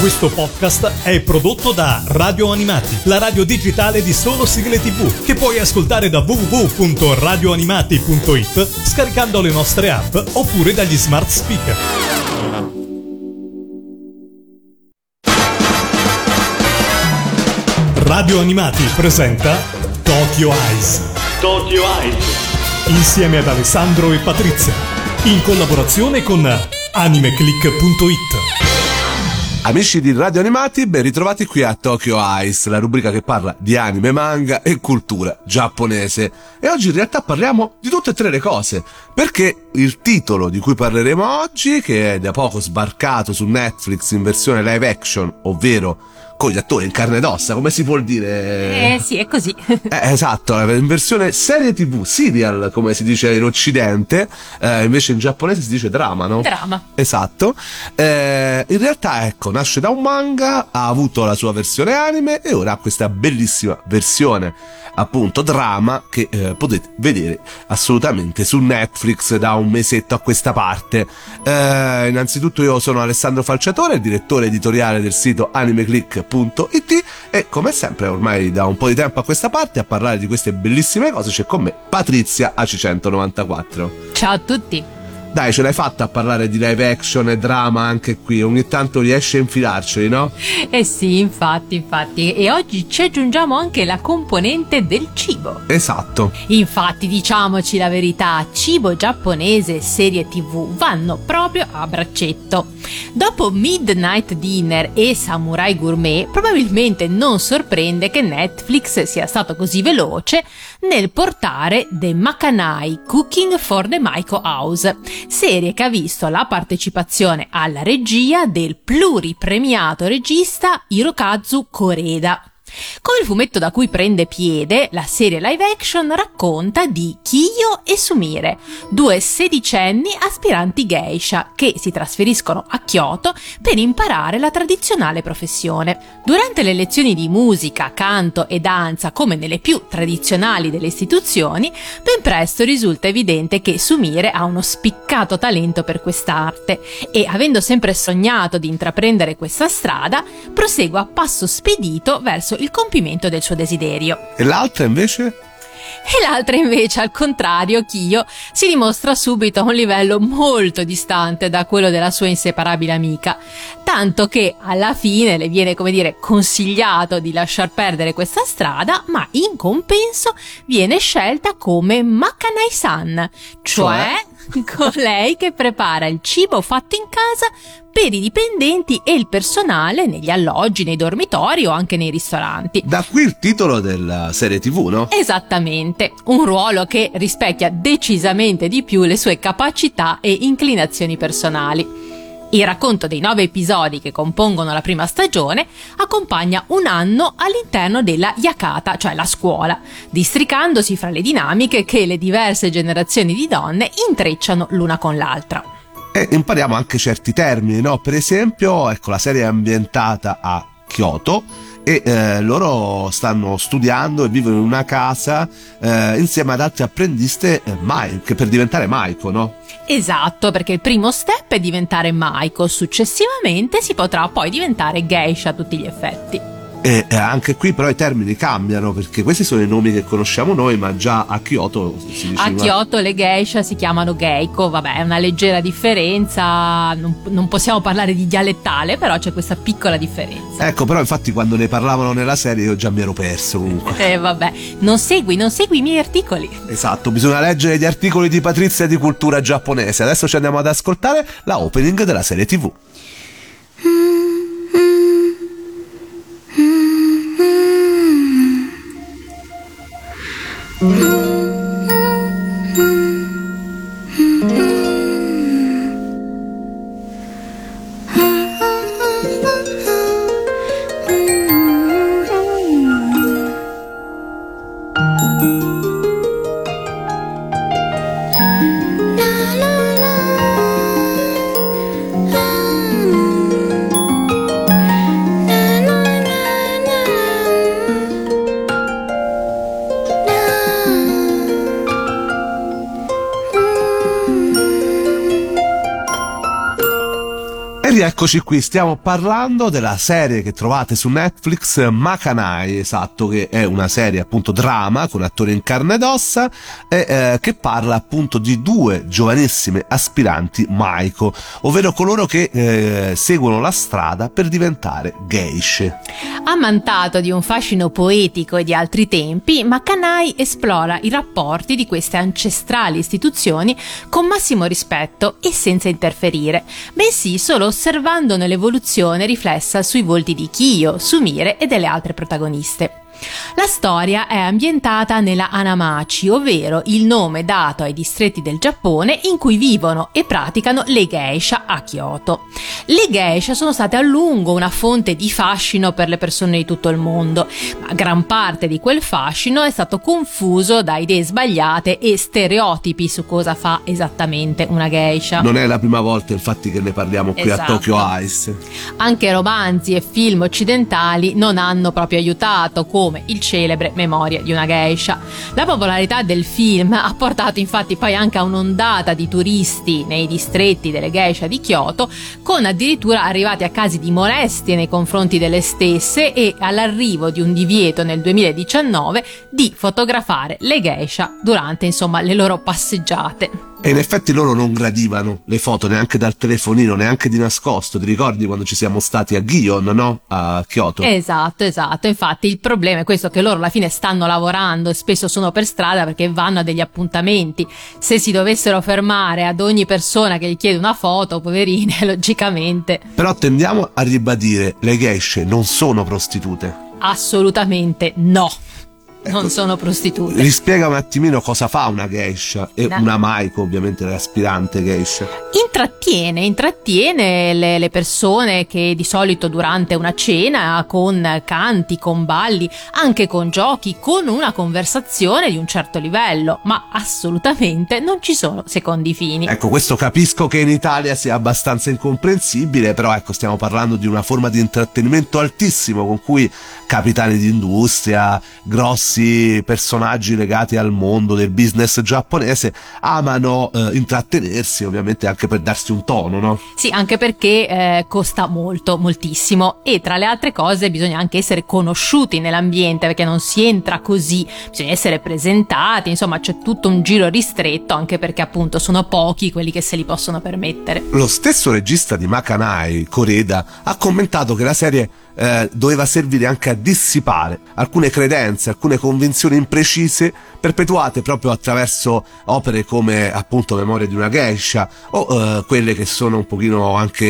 Questo podcast è prodotto da Radio Animati, la radio digitale di solo sigle TV, che puoi ascoltare da www.radioanimati.it scaricando le nostre app oppure dagli smart speaker. Radio Animati presenta Tokyo Eyes. Tokyo Eyes. Insieme ad Alessandro e Patrizia, in collaborazione con animeclick.it. Amici di Radio Animati, ben ritrovati qui a Tokyo Eyes, la rubrica che parla di anime, manga e cultura giapponese. E oggi in realtà parliamo di tutte e tre le cose, perché il titolo di cui parleremo oggi, che è da poco sbarcato su Netflix in versione live action, ovvero con gli attori in carne ed ossa, come si vuol dire? Sì, è così. Esatto, in versione serie TV, serial, come si dice in occidente, invece in giapponese si dice drama, no? Drama. Esatto. In realtà, ecco, nasce da un manga, ha avuto la sua versione anime e ora ha questa bellissima versione, appunto, drama, che potete vedere assolutamente su Netflix da un mesetto a questa parte. Innanzitutto io sono Alessandro Falciatore, direttore editoriale del sito animeclick.it, e come sempre ormai da un po' di tempo a questa parte a parlare di queste bellissime cose c'è con me Patrizia AC194. Ciao a tutti. Dai, ce l'hai fatta a parlare di live action e drama anche qui, ogni tanto riesci a infilarceli, no? Eh sì, infatti, e oggi ci aggiungiamo anche la componente del cibo. Esatto. Infatti, diciamoci la verità, cibo giapponese e serie TV vanno proprio a braccetto. Dopo Midnight Dinner e Samurai Gourmet, probabilmente non sorprende che Netflix sia stato così veloce nel portare The Makanai Cooking for the Maiko House, serie che ha visto la partecipazione alla regia del pluripremiato regista Hirokazu Koreda. Come il fumetto da cui prende piede, la serie live action racconta di Kiyo e Sumire, due sedicenni aspiranti geisha che si trasferiscono a Kyoto per imparare la tradizionale professione. Durante le lezioni di musica, canto e danza, come nelle più tradizionali delle istituzioni, ben presto risulta evidente che Sumire ha uno spiccato talento per quest'arte e, avendo sempre sognato di intraprendere questa strada, prosegue a passo spedito verso il compimento del suo desiderio. E l'altra invece? E l'altra invece, al contrario, Kiyo, si dimostra subito a un livello molto distante da quello della sua inseparabile amica, tanto che alla fine le viene, come dire, consigliato di lasciar perdere questa strada, ma in compenso viene scelta come Makanai-san, cioè colei che prepara il cibo fatto in casa per i dipendenti e il personale negli alloggi, nei dormitori o anche nei ristoranti. Da qui il titolo della serie TV, no? Esattamente, un ruolo che rispecchia decisamente di più le sue capacità e inclinazioni personali. Il racconto dei 9 episodi che compongono la prima stagione accompagna un anno all'interno della Yakata, cioè la scuola, districandosi fra le dinamiche che le diverse generazioni di donne intrecciano l'una con l'altra. E impariamo anche certi termini, no? Per esempio, ecco, la serie è ambientata a Kyoto e loro stanno studiando e vivono in una casa insieme ad altre apprendiste che per diventare Maiko, no? Esatto, perché il primo step è diventare Maiko, successivamente si potrà poi diventare geisha a tutti gli effetti. E anche qui però i termini cambiano, perché questi sono i nomi che conosciamo noi, ma già a Kyoto si diceva... A Kyoto le geisha si chiamano geiko, vabbè, è una leggera differenza, non possiamo parlare di dialettale, però c'è questa piccola differenza. Ecco, però infatti quando ne parlavano nella serie io già mi ero perso comunque. Vabbè, non segui i miei articoli. Esatto, bisogna leggere gli articoli di Patrizia di cultura giapponese. Adesso ci andiamo ad ascoltare la opening della serie TV. Eccoci qui, stiamo parlando della serie che trovate su Netflix, Makanai, esatto, che è una serie appunto drama con attori in carne ed ossa e che parla appunto di due giovanissime aspiranti maiko, ovvero coloro che seguono la strada per diventare geishe. Ammantato di un fascino poetico e di altri tempi, Makanai esplora i rapporti di queste ancestrali istituzioni con massimo rispetto e senza interferire, bensì solo osservandone l'evoluzione riflessa sui volti di Kiyo, Sumire e delle altre protagoniste. La storia è ambientata nella Hanamachi, ovvero il nome dato ai distretti del Giappone in cui vivono e praticano le geisha a Kyoto. Le geisha sono state a lungo una fonte di fascino per le persone di tutto il mondo, ma gran parte di quel fascino è stato confuso da idee sbagliate e stereotipi su cosa fa esattamente una geisha. Non è la prima volta infatti che ne parliamo qui a Tokyo Ice. Anche romanzi e film occidentali non hanno proprio aiutato, come il celebre Memoria di una geisha. La popolarità del film ha portato infatti poi anche a un'ondata di turisti nei distretti delle geisha di Kyoto, con addirittura arrivati a casi di molestie nei confronti delle stesse e all'arrivo di un divieto nel 2019 di fotografare le geisha durante insomma le loro passeggiate. E in effetti loro non gradivano le foto neanche dal telefonino, neanche di nascosto. Ti ricordi quando ci siamo stati a Gion, no? A Kyoto. Esatto. Infatti il problema è questo, che loro alla fine stanno lavorando e spesso sono per strada perché vanno a degli appuntamenti. Se si dovessero fermare ad ogni persona che gli chiede una foto, poverine, logicamente. Però tendiamo a ribadire, le geishe non sono prostitute. Assolutamente no. Non sono prostitute. Rispiega un attimino cosa fa una geisha e una maiko, ovviamente l'aspirante geisha. Intrattiene le persone che di solito durante una cena, con canti, con balli, anche con giochi, con una conversazione di un certo livello, ma assolutamente non ci sono secondi fini. Ecco, questo capisco che in Italia sia abbastanza incomprensibile, però ecco, stiamo parlando di una forma di intrattenimento altissimo con cui capitani di industria, grossi personaggi legati al mondo del business giapponese amano intrattenersi, ovviamente anche per darsi un tono, no? Sì, anche perché costa moltissimo e tra le altre cose bisogna anche essere conosciuti nell'ambiente, perché non si entra così, bisogna essere presentati, insomma c'è tutto un giro ristretto, anche perché appunto sono pochi quelli che se li possono permettere. Lo stesso regista di Makanai, Koreda, ha commentato che la serie doveva servire anche a dissipare alcune credenze, alcune convinzioni imprecise perpetuate proprio attraverso opere come appunto Memoria di una geisha o quelle che sono un pochino anche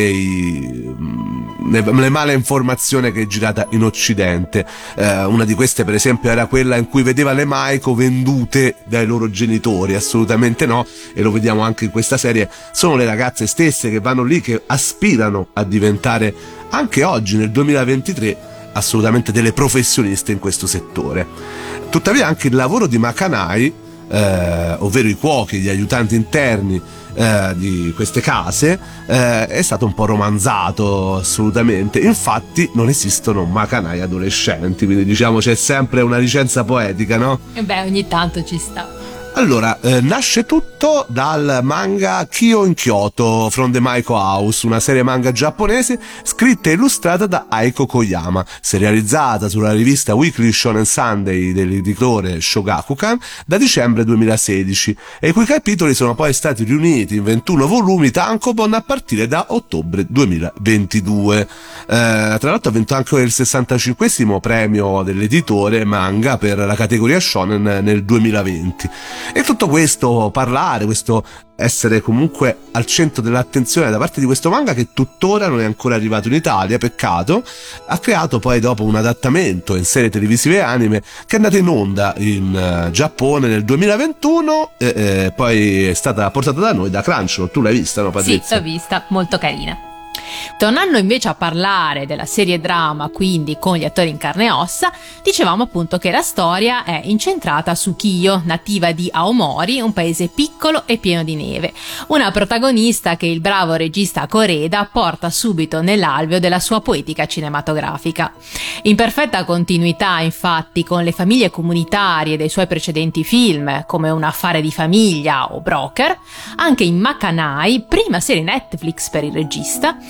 le male informazioni che è girata in Occidente. Una di queste per esempio era quella in cui vedeva le maiko vendute dai loro genitori. Assolutamente no, e lo vediamo anche in questa serie, sono le ragazze stesse che vanno lì, che aspirano a diventare anche oggi nel 2023 assolutamente delle professioniste in questo settore. Tuttavia anche il lavoro di Makanai, ovvero i cuochi, gli aiutanti interni di queste case, è stato un po' romanzato assolutamente. Infatti non esistono Makanai adolescenti, quindi diciamo c'è sempre una licenza poetica, no? E beh, ogni tanto ci sta. Allora, nasce tutto dal manga Kyo in Kyoto from the Maiko House, una serie manga giapponese scritta e illustrata da Aiko Koyama, serializzata sulla rivista Weekly Shonen Sunday dell'editore Shogakukan da dicembre 2016, e i cui capitoli sono poi stati riuniti in 21 volumi tankobon a partire da ottobre 2022. Tra l'altro ha vinto anche il 65esimo premio dell'editore manga per la categoria shonen nel 2020. E tutto questo parlare, questo essere comunque al centro dell'attenzione da parte di questo manga, che tuttora non è ancora arrivato in Italia, peccato, ha creato poi dopo un adattamento in serie televisive e anime che è andato in onda in Giappone nel 2021 e poi è stata portata da noi da Crunchyroll. Tu l'hai vista, no Patrizia? Sì, l'ho vista, molto carina. Tornando invece a parlare della serie drama, quindi con gli attori in carne e ossa, dicevamo appunto che la storia è incentrata su Kiyo, nativa di Aomori, un paese piccolo e pieno di neve, una protagonista che il bravo regista Koreda porta subito nell'alveo della sua poetica cinematografica. In perfetta continuità infatti con le famiglie comunitarie dei suoi precedenti film, come Un affare di famiglia o Broker, anche in Makanai, prima serie Netflix per il regista,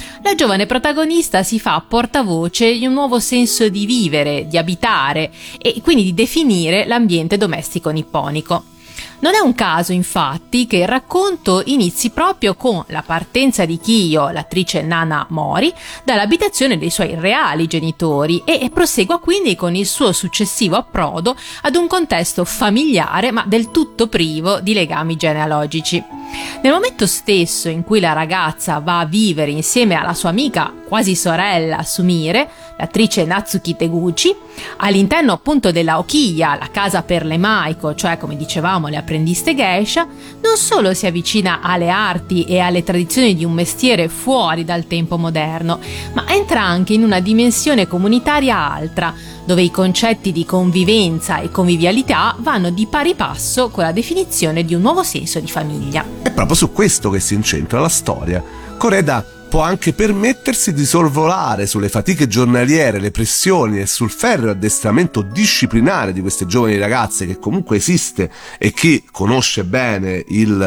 La giovane protagonista si fa portavoce di un nuovo senso di vivere, di abitare e quindi di definire l'ambiente domestico nipponico. Non è un caso, infatti, che il racconto inizi proprio con la partenza di Kiyo, l'attrice Nana Mori, dall'abitazione dei suoi reali genitori e prosegua quindi con il suo successivo approdo ad un contesto familiare ma del tutto privo di legami genealogici. Nel momento stesso in cui la ragazza va a vivere insieme alla sua amica, quasi sorella, Sumire, l'attrice Natsuki Teguchi, all'interno appunto della Okiya, la casa per le Maiko, cioè come dicevamo le apprendiste geisha, non solo si avvicina alle arti e alle tradizioni di un mestiere fuori dal tempo moderno, ma entra anche in una dimensione comunitaria altra, dove i concetti di convivenza e convivialità vanno di pari passo con la definizione di un nuovo senso di famiglia. È proprio su questo che si incentra la storia. Koreda può anche permettersi di sorvolare sulle fatiche giornaliere, le pressioni e sul ferreo addestramento disciplinare di queste giovani ragazze, che comunque esiste, e chi conosce bene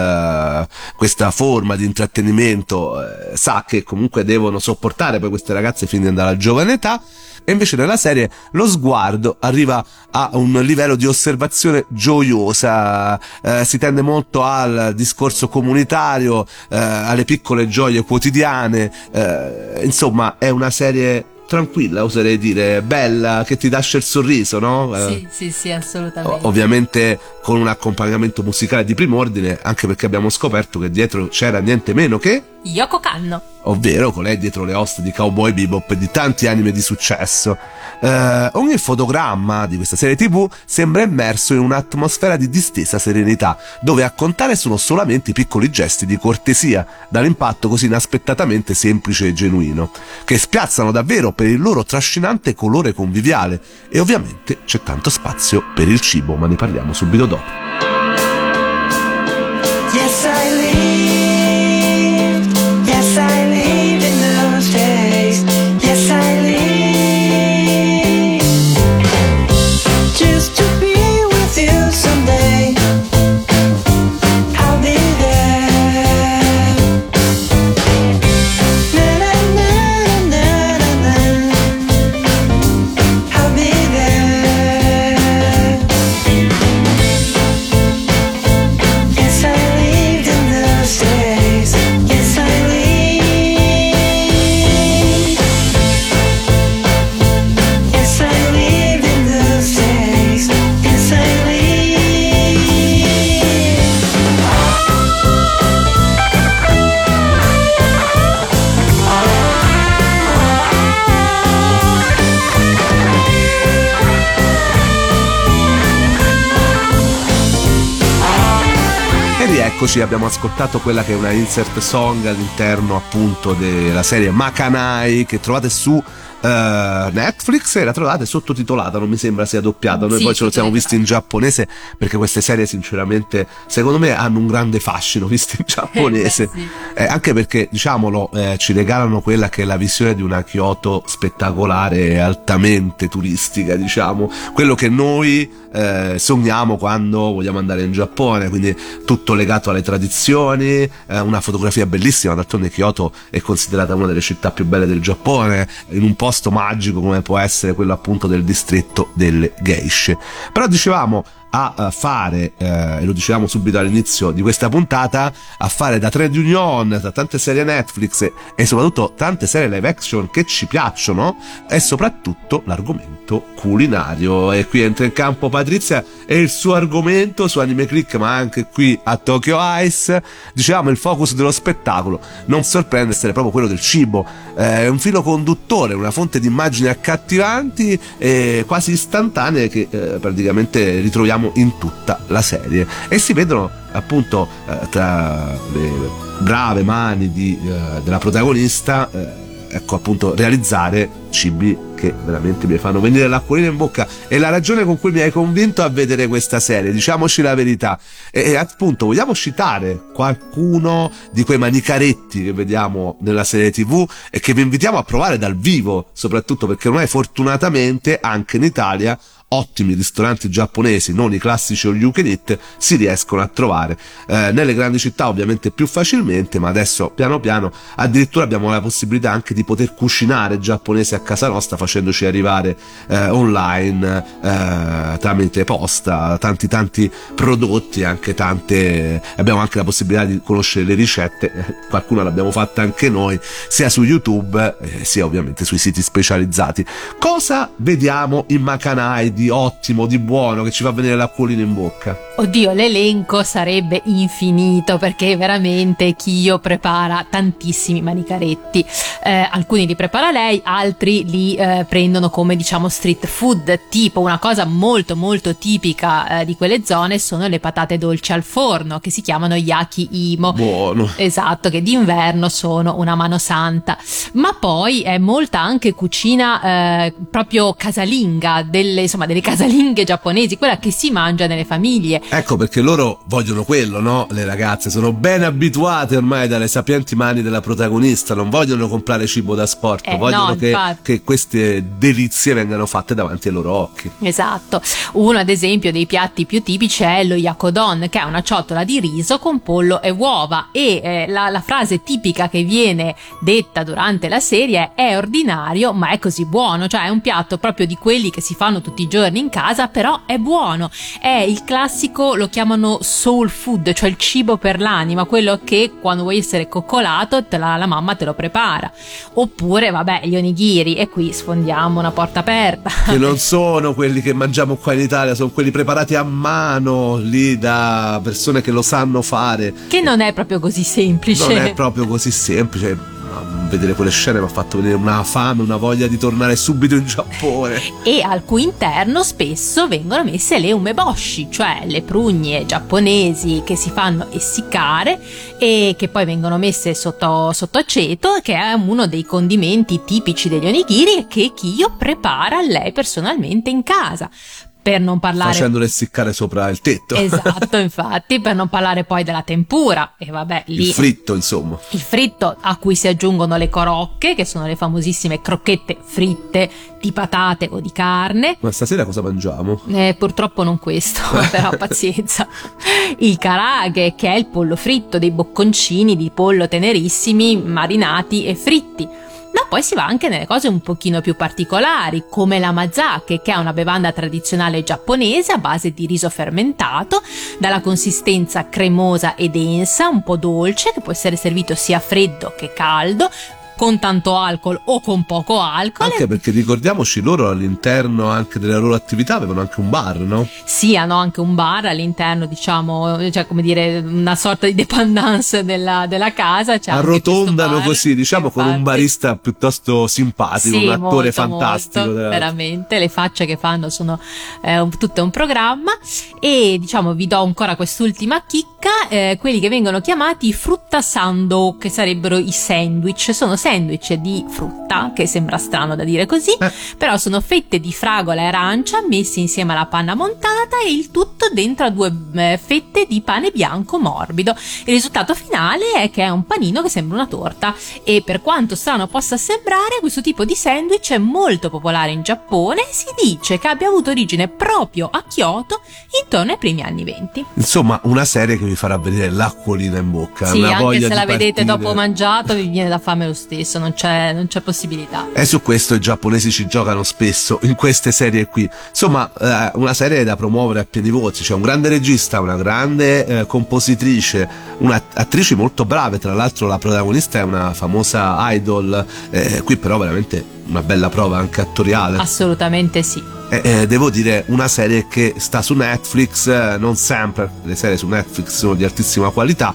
questa forma di intrattenimento sa che comunque devono sopportare poi queste ragazze fin dalla giovane età. E invece nella serie lo sguardo arriva a un livello di osservazione gioiosa, si tende molto al discorso comunitario, alle piccole gioie quotidiane, insomma è una serie tranquilla, oserei dire, bella, che ti lascia il sorriso, no? Sì, assolutamente. Ovviamente con un accompagnamento musicale di prim'ordine, anche perché abbiamo scoperto che dietro c'era niente meno che Yoko Kanno, ovvero colei dietro le host di Cowboy Bebop e di tanti anime di successo. Ogni fotogramma di questa serie TV sembra immerso in un'atmosfera di distesa serenità, dove a contare sono solamente i piccoli gesti di cortesia, dall'impatto così inaspettatamente semplice e genuino, che spiazzano davvero per il loro trascinante colore conviviale. E ovviamente c'è tanto spazio per il cibo, ma ne parliamo subito dopo. Yes, I lived. Yes, I lived in those days. Yes, I lived just to be with you someday. I'll be there. Na na na na na na. I'll be there. Yes, I lived in those days. Yes, I lived. Yes, I lived in those days. Yes, I lived. E rieccoci, abbiamo ascoltato quella che è una insert song all'interno appunto della serie Makanai, che trovate su Netflix, e la trovate sottotitolata, non mi sembra sia doppiata. Noi Sì, poi ce lo siamo visti in giapponese, perché queste serie sinceramente secondo me hanno un grande fascino viste in giapponese. Sì. Anche perché, diciamolo, ci regalano quella che è la visione di una Kyoto spettacolare e altamente turistica, diciamo, quello che noi sogniamo quando vogliamo andare in Giappone, quindi tutto legato alle tradizioni, una fotografia bellissima. D'altronde Kyoto è considerata una delle città più belle del Giappone, in un posto magico come può essere quello appunto del distretto delle geishe. Però dicevamo, a fare, e lo dicevamo subito all'inizio di questa puntata, a fare da trade union da tante serie Netflix e soprattutto tante serie live action che ci piacciono, è soprattutto l'argomento culinario. E qui entra in campo Patrizia e il suo argomento su Anime Click, ma anche qui a Tokyo Ice. Dicevamo, il focus dello spettacolo non sorprende essere proprio quello del cibo, è un filo conduttore, una fonte di immagini accattivanti e quasi istantanee che praticamente ritroviamo in tutta la serie, e si vedono appunto tra le brave mani della protagonista, ecco appunto, realizzare cibi che veramente mi fanno venire l'acquolina in bocca. E la ragione con cui mi hai convinto a vedere questa serie, diciamoci la verità, e appunto vogliamo citare qualcuno di quei manicaretti che vediamo nella serie TV e che vi invitiamo a provare dal vivo, soprattutto perché ormai fortunatamente anche in Italia ottimi ristoranti giapponesi, non i classici all you can eat, si riescono a trovare nelle grandi città ovviamente più facilmente, ma adesso piano piano addirittura abbiamo la possibilità anche di poter cucinare giapponese a casa nostra, facendoci arrivare online tramite posta tanti prodotti, anche abbiamo anche la possibilità di conoscere le ricette, qualcuna l'abbiamo fatta anche noi, sia su YouTube sia ovviamente sui siti specializzati. Cosa vediamo in Makanai di ottimo, di buono, che ci fa venire l'acquolina in bocca? Oddio, l'elenco sarebbe infinito, perché veramente Kiyo prepara tantissimi manicaretti. Alcuni li prepara lei, altri li prendono come, diciamo, street food. Tipo, una cosa molto molto tipica di quelle zone sono le patate dolci al forno, che si chiamano yaki imo. Buono. Esatto, che d'inverno sono una mano santa. Ma poi è molta anche cucina proprio casalinga, delle casalinghe giapponesi, quella che si mangia nelle famiglie. Ecco perché loro vogliono quello, no? Le ragazze sono ben abituate ormai dalle sapienti mani della protagonista, non vogliono comprare cibo da sport, vogliono che queste delizie vengano fatte davanti ai loro occhi. Esatto. Uno ad esempio dei piatti più tipici è lo yakodon, che è una ciotola di riso con pollo e uova, e la frase tipica che viene detta durante la serie è ordinario ma è così buono, cioè è un piatto proprio di quelli che si fanno tutti i giorni in casa, però è buono, è il classico, lo chiamano soul food, cioè il cibo per l'anima, quello che quando vuoi essere coccolato la mamma te lo prepara. Oppure vabbè, gli onigiri, e qui sfondiamo una porta aperta, che non sono quelli che mangiamo qua in Italia, sono quelli preparati a mano lì da persone che lo sanno fare, che non è proprio così semplice. Non è proprio così semplice. Vedere quelle scene mi ha fatto venire una fame, una voglia di tornare subito in Giappone. E al cui interno spesso vengono messe le umeboshi, cioè le prugne giapponesi che si fanno essiccare e che poi vengono messe sotto aceto, che è uno dei condimenti tipici degli onigiri e che Kiyo prepara lei personalmente in casa. Per non parlare, facendole essiccare sopra il tetto. Esatto, infatti, per non parlare poi della tempura, e vabbè, lì il fritto, insomma. Il fritto, a cui si aggiungono le korocche, che sono le famosissime crocchette fritte di patate o di carne. Ma stasera cosa mangiamo? Purtroppo non questo, però pazienza. Il karage, che è il pollo fritto, dei bocconcini di pollo tenerissimi marinati e fritti. Ma poi si va anche nelle cose un pochino più particolari, come l'amazake, che è una bevanda tradizionale giapponese a base di riso fermentato, dalla consistenza cremosa e densa, un po' dolce, che può essere servito sia freddo che caldo, con tanto alcol o con poco alcol. Anche perché ricordiamoci, loro all'interno anche della loro attività avevano anche un bar, no? Sì, hanno anche un bar all'interno, diciamo, cioè come dire, una sorta di dépendance della casa. Arrotondano così, diciamo, infatti, con un barista piuttosto simpatico, sì, un attore molto, fantastico. Molto, veramente, le facce che fanno sono tutto un programma. E diciamo, vi do ancora quest'ultima chicca, quelli che vengono chiamati frutta sando, che sarebbero i sandwich, sono sandwich di frutta, che sembra strano da dire così, però sono fette di fragola e arancia messi insieme alla panna montata e il tutto dentro a 2 fette di pane bianco morbido. Il risultato finale è che è un panino che sembra una torta, e per quanto strano possa sembrare, questo tipo di sandwich è molto popolare in Giappone e si dice che abbia avuto origine proprio a Kyoto intorno ai primi anni 20. Insomma, una serie che vi farà vedere l'acquolina in bocca. Sì, una anche voglia se la vedete partire. dopo mangiato vi viene da fame lo stesso, non c'è possibilità. E su questo i giapponesi ci giocano spesso in queste serie qui. Insomma, una serie da promuovere a pieni voti. C'è un grande regista, una grande compositrice, attrici molto brave. Tra l'altro la protagonista è una famosa idol, qui però veramente una bella prova anche attoriale. Assolutamente sì. Devo dire, una serie che sta su Netflix, non sempre le serie su Netflix sono di altissima qualità,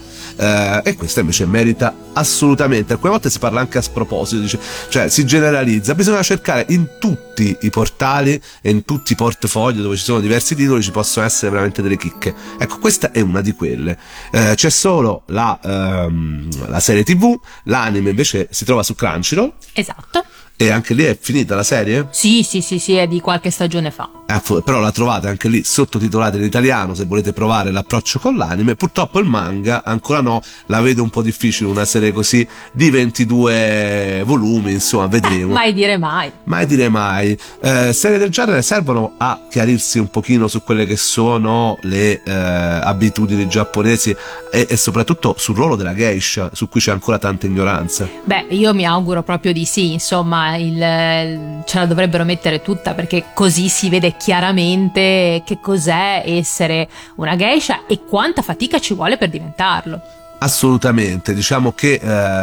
e questa invece merita assolutamente. Alcune volte si parla anche a sproposito, cioè si generalizza. Bisogna cercare in tutti i portali e in tutti i portfolio dove ci sono diversi titoli, ci possono essere veramente delle chicche. Ecco, questa è una di quelle. C'è solo la serie TV, l'anime invece si trova su Crunchyroll. Esatto. E anche lì è finita la serie? Sì, è di qualche stagione fa. Però la trovate anche lì sottotitolata in italiano se volete provare l'approccio con l'anime. Purtroppo il manga ancora no, la vedo un po' difficile, una serie così di 22 volumi, insomma, vedremo. Mai dire mai. Mai dire mai. Serie del genere servono a chiarirsi un pochino su quelle che sono le abitudini giapponesi e soprattutto sul ruolo della geisha, su cui c'è ancora tanta ignoranza. Beh, io mi auguro proprio di sì, insomma, ce la dovrebbero mettere tutta, perché così si vede chiaramente che cos'è essere una geisha e quanta fatica ci vuole per diventarlo. Assolutamente, diciamo che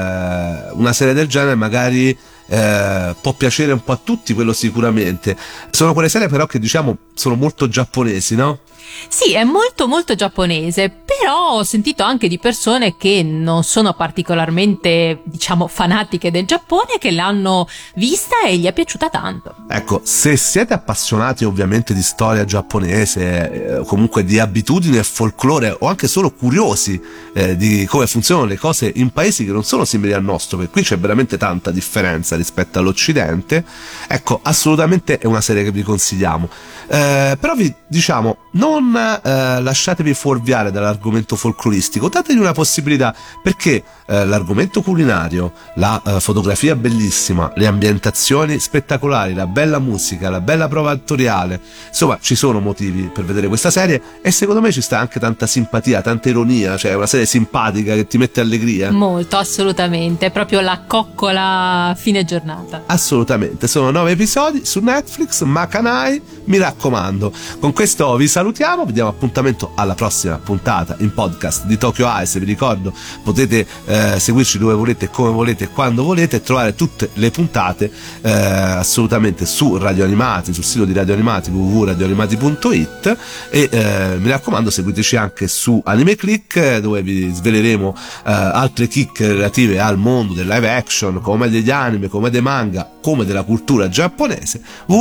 una serie del genere magari può piacere un po' a tutti, quello sicuramente. Sono quelle serie però che diciamo sono molto giapponesi, no? Sì, è molto molto giapponese, però ho sentito anche di persone che non sono particolarmente, diciamo, fanatiche del Giappone, che l'hanno vista e gli è piaciuta tanto. Ecco, se siete appassionati ovviamente di storia giapponese, comunque di abitudini e folklore, o anche solo curiosi di come funzionano le cose in paesi che non sono simili al nostro, perché qui c'è veramente tanta differenza rispetto all'Occidente, ecco, assolutamente è una serie che vi consigliamo. Però vi diciamo, non lasciatevi fuorviare dall'argomento folcloristico, dategli una possibilità, perché l'argomento culinario, la fotografia bellissima, le ambientazioni spettacolari, la bella musica, la bella prova attoriale, insomma ci sono motivi per vedere questa serie, e secondo me ci sta anche tanta simpatia, tanta ironia, cioè è una serie simpatica che ti mette allegria. Molto, assolutamente, è proprio la coccola fine giornata. Assolutamente, sono 9 episodi su Netflix, Makanai, mi raccomando. Con questo vi salutiamo, vi diamo appuntamento alla prossima puntata in podcast di Tokyo Eyes. Vi ricordo, potete seguirci dove volete, come volete, quando volete, e trovare tutte le puntate assolutamente su Radio Animati, sul sito di Radio Animati, www.radioanimati.it, e mi raccomando, seguiteci anche su Anime Click, dove vi sveleremo altre chicche relative al mondo del live action, come degli anime, come dei manga, come della cultura giapponese.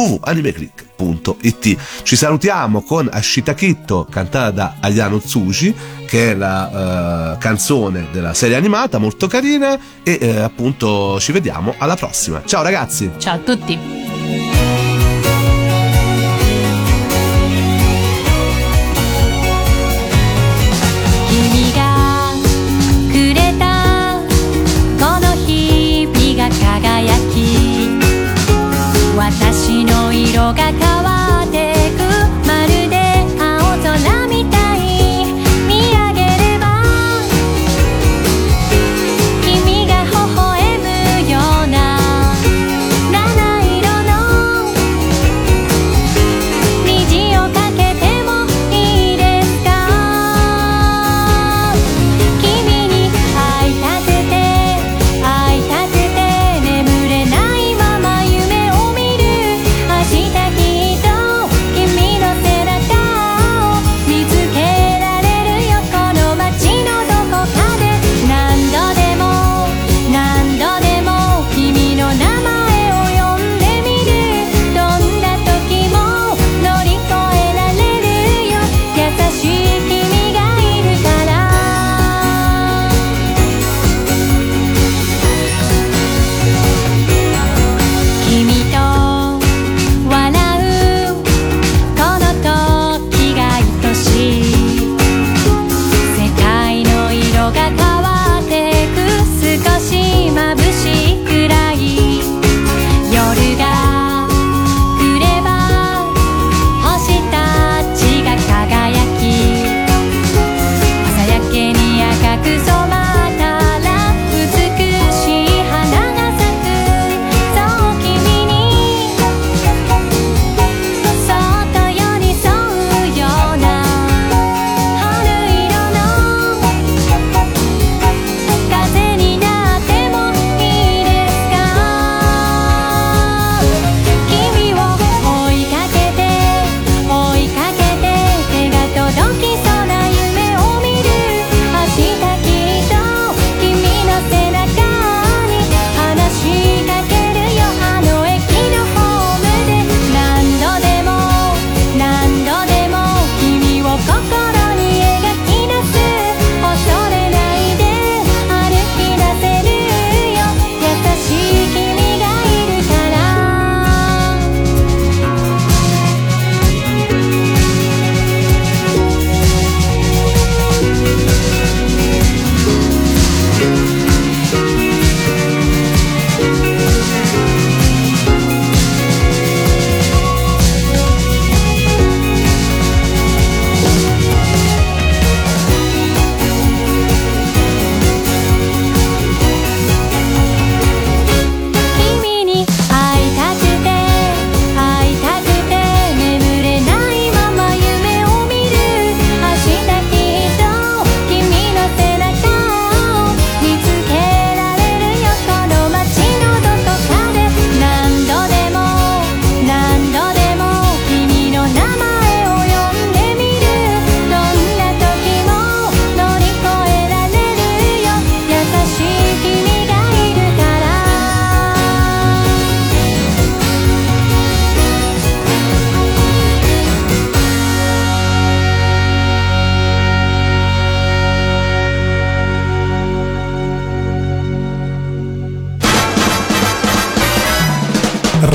www.animeclick.it. Ci salutiamo con Ashita Kitto, cantata da Ayano Tsuji, che è la canzone della serie animata, molto carina, e appunto ci vediamo alla prossima. Ciao ragazzi! Ciao a tutti! 私の色が変わってくまるで青空みたい見上げれば君が微笑むような七色の虹をかけてもいいですか君に会いたくて会いたくて眠れないまま夢を見る明日き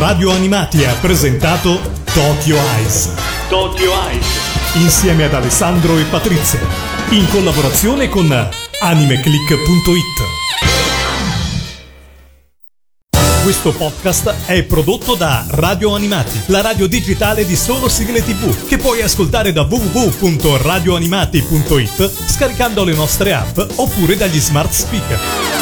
Radio Animati ha presentato Tokyo Eyes. Tokyo Eyes. Insieme ad Alessandro e Patrizia. In collaborazione con animeclick.it. Questo podcast è prodotto da Radio Animati, la radio digitale di solo sigle TV, che puoi ascoltare da www.radioanimati.it scaricando le nostre app oppure dagli smart speaker.